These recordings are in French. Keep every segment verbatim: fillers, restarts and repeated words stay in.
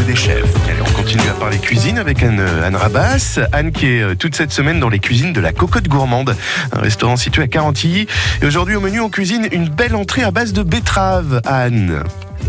des chefs. Allez, on continue à parler cuisine avec Anne, Anne Rabas. Anne qui est toute cette semaine dans les cuisines de la Cocotte Gourmande, un restaurant situé à Carentilly. Et aujourd'hui au menu, on cuisine une belle entrée à base de betterave, Anne.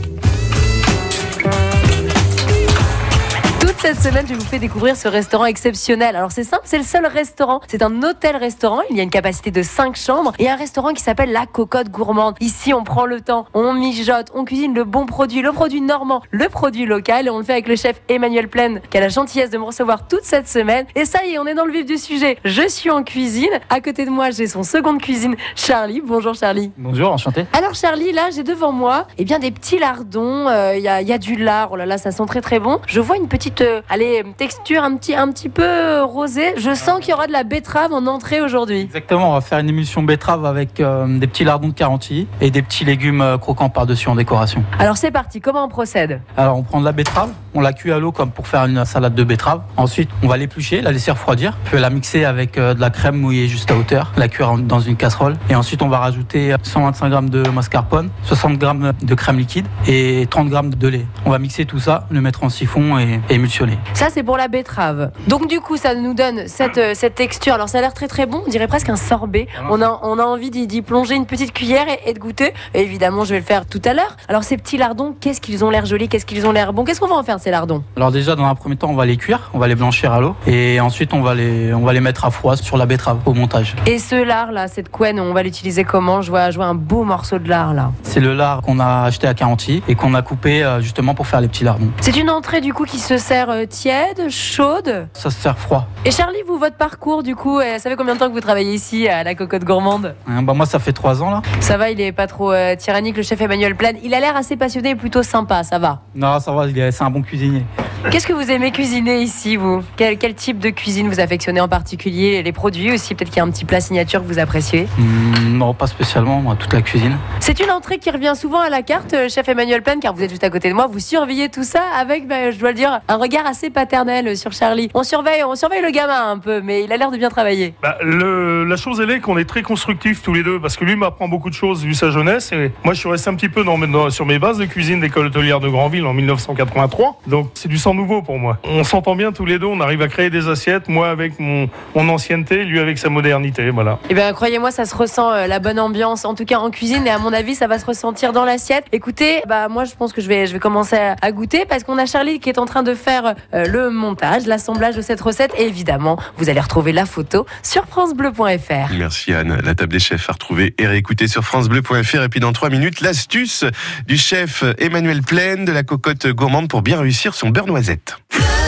Cette semaine, je vous fais découvrir ce restaurant exceptionnel. Alors c'est simple, c'est le seul restaurant. C'est un hôtel-restaurant. Il y a une capacité de cinq chambres et un restaurant qui s'appelle la Cocotte Gourmande. Ici, on prend le temps, on mijote, on cuisine le bon produit, le produit normand, le produit local. Et on le fait avec le chef Emmanuel Plaine, qui a la gentillesse de me recevoir toute cette semaine. Et ça y est, on est dans le vif du sujet. Je suis en cuisine. À côté de moi, j'ai son seconde cuisine, Charlie. Bonjour Charlie. Bonjour, enchanté. Alors Charlie, là, j'ai devant moi eh bien, des petits lardons. Il euh, y, a, y a du lard. Oh là là, ça sent très très bon. Je vois une petite... Euh, Allez, texture un petit, un petit peu rosée. Je sens qu'il y aura de la betterave en entrée aujourd'hui. Exactement, on va faire une émulsion betterave avec euh, des petits lardons de Carentilly et des petits légumes euh, croquants par-dessus en décoration. Alors c'est parti, comment on procède? Alors on prend de la betterave, on la cuit à l'eau comme pour faire une salade de betterave. Ensuite, on va l'éplucher, la laisser refroidir, puis la mixer avec euh, de la crème mouillée juste à hauteur, la cuire dans une casserole. Et ensuite, on va rajouter cent vingt-cinq grammes de mascarpone, soixante grammes de crème liquide et trente grammes de lait. On va mixer tout ça, le mettre en siphon et, et émulsionner. Ça, c'est pour la betterave. Donc du coup, ça nous donne cette, euh, cette texture. Alors ça a l'air très très bon, on dirait presque un sorbet. On a, on a envie d'y, d'y plonger une petite cuillère et, et de goûter. Et évidemment, je vais le faire tout à l'heure. Alors ces petits lardons, qu'est-ce qu'ils ont l'air jolis, qu'est-ce qu'ils ont l'air bons. Qu'est-ce qu'on va en faire de ces lardons? Alors déjà, dans un premier temps, on va les cuire, on va les blanchir à l'eau. Et ensuite, on va les, on va les mettre à froid sur la betterave au montage. Et ce lard là, cette couenne, on va l'utiliser comment? Je vois, je vois un beau morceau de lard là. C'est le lard qu'on a acheté à Carentilly et qu'on a coupé euh, justement pour faire les petits lardons. C'est une entrée du coup qui se sert euh, tiède, chaude? Ça se sert froid. Et Charlie, vous, votre parcours du coup, euh, ça fait combien de temps que vous travaillez ici à la Cocotte Gourmande? Hein, bah moi, ça fait trois ans là. Ça va, il est pas trop euh, tyrannique, le chef Emmanuel Plaine. Il a l'air assez passionné et plutôt sympa, ça va? Non, ça va, il est, c'est un bon cuisinier. Qu'est-ce que vous aimez cuisiner ici, vous? quel, quel type de cuisine vous affectionnez en particulier? Les produits aussi, peut-être qu'il y a un petit plat signature que vous appréciez? Mmh, non, pas spécialement, moi, toute la cuisine. C'est une entrée qui revient souvent à la carte, chef Emmanuel Plaine, car vous êtes juste à côté de moi. Vous surveillez tout ça avec, bah, je dois le dire, un regard assez paternel sur Charlie. On surveille, on surveille le gamin un peu, mais il a l'air de bien travailler. Bah, le, la chose, elle est qu'on est très constructifs tous les deux, parce que lui m'apprend beaucoup de choses vu sa jeunesse, et moi je suis resté un petit peu dans, dans, sur mes bases de cuisine d'école hôtelière de Granville en mille neuf cent quatre-vingt-trois, donc c'est du sang nouveau pour moi. On s'entend bien tous les deux, on arrive à créer des assiettes, moi avec mon, mon ancienneté, lui avec sa modernité, voilà. Et bien croyez-moi, ça se ressent, euh, la bonne ambiance, en tout cas en cuisine, et à mon avis ça va se ressentir dans l'assiette. Écoutez, bah moi je pense que je vais, je vais commencer à, à goûter, parce qu'on a Charlie qui est en train de faire euh, le montage, l'assemblage de cette recette, et évidemment vous allez retrouver la photo sur francebleu point fr. Merci Anne, la table des chefs à retrouver et réécouter sur francebleu point fr. Et puis dans trois minutes, l'astuce du chef Emmanuel Plaine de la Cocotte Gourmande pour bien réussir son beurre noisette.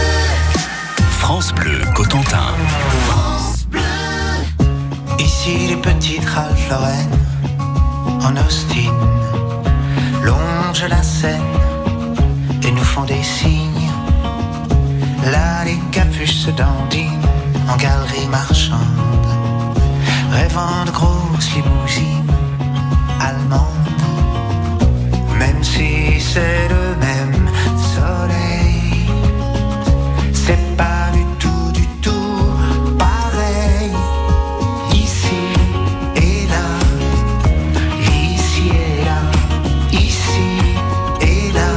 France Bleu Cotentin. France Bleu. Ici les petites Ralph-Lauren en Austin longent la Seine et nous font des signes. Là les capuches se dandinent en galerie marchande, rêvant de grosses limousines allemandes. Même si c'est le même soleil, c'est pas du tout, du tout pareil. Ici et là, ici et là, ici et là.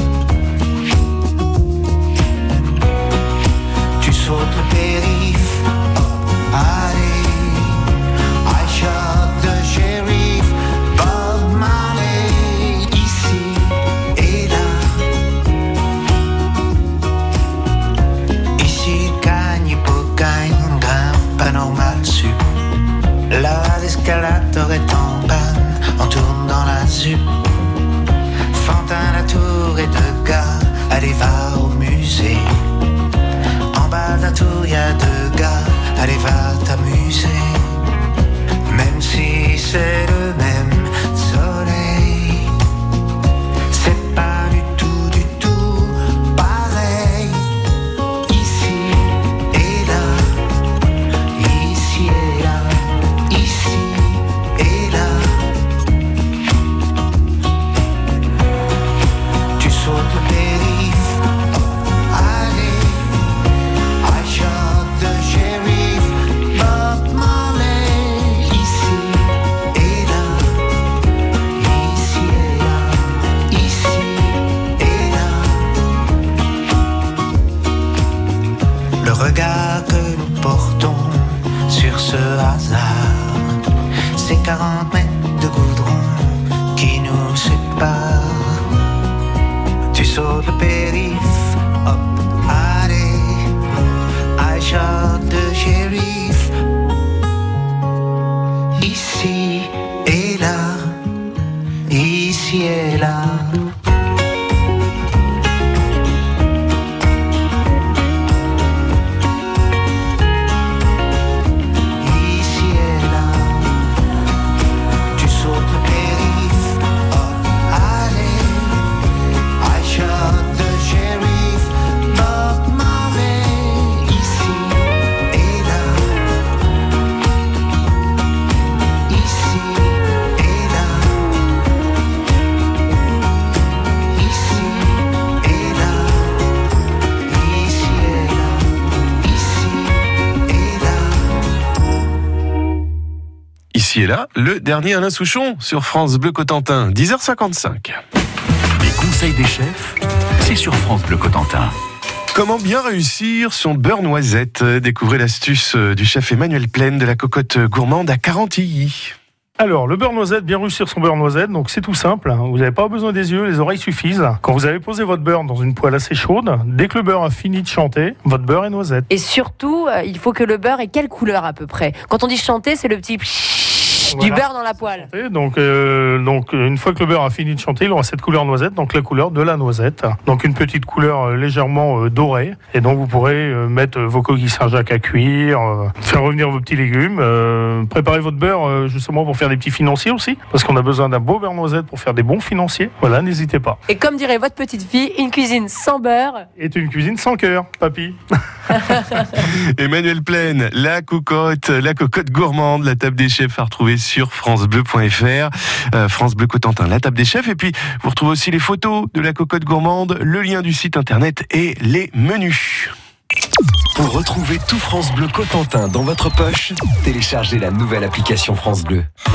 Tu sautes le périph', oh, allez. I shot the sheriff, Bob Marley. Ici et là. Ici Cagne, Hippocagne, grimpe à normal sup. Là l'escalator est en panne, on tourne dans la zup. Fantin, la tour et deux gars, allez va au musée. En bas de la tour y'a deux gars, allez va t'amuser. Même si c'est le même soleil, c'est pas du tout, du tout pareil. Ici et là, ici et là, ici et là. Tu sautes le périph', oh, portons sur ce hasard ces quarante mètres de goudron qui nous séparent. Tu sautes le périph', hop, allez, Aïcha de shérif. Ici et là, ici et là. Ici et là, le dernier Alain Souchon sur France Bleu Cotentin, dix heures cinquante-cinq. Les conseils des chefs, c'est sur France Bleu Cotentin. Comment bien réussir son beurre noisette? Découvrez l'astuce du chef Emmanuel Plaine de la Cocotte Gourmande à Carentilly. Alors, le beurre noisette, bien réussir son beurre noisette, donc c'est tout simple. Vous n'avez pas besoin des yeux, les oreilles suffisent. Quand vous avez posé votre beurre dans une poêle assez chaude, dès que le beurre a fini de chanter, votre beurre est noisette. Et surtout, euh, il faut que le beurre ait quelle couleur à peu près? Quand on dit chanter, c'est le petit Voilà. du beurre dans la poêle. Donc, euh, donc, une fois que le beurre a fini de chanter, il aura cette couleur noisette, donc la couleur de la noisette. Donc, une petite couleur euh, légèrement euh, dorée. Et donc, vous pourrez euh, mettre vos coquilles Saint-Jacques à cuire, euh, faire revenir vos petits légumes, euh, préparer votre beurre euh, justement pour faire des petits financiers aussi, parce qu'on a besoin d'un beau beurre noisette pour faire des bons financiers. Voilà, n'hésitez pas. Et comme dirait votre petite fille, une cuisine sans beurre est une cuisine sans cœur, papy. Emmanuel Plaine, la cocotte, la cocotte gourmande, la table des chefs à retrouver sur francebleu point f r, euh, France Bleu Cotentin, la table des chefs. Et puis, vous retrouvez aussi les photos de la cocotte gourmande, le lien du site internet et les menus. Pour retrouver tout France Bleu Cotentin dans votre poche, téléchargez la nouvelle application France Bleu.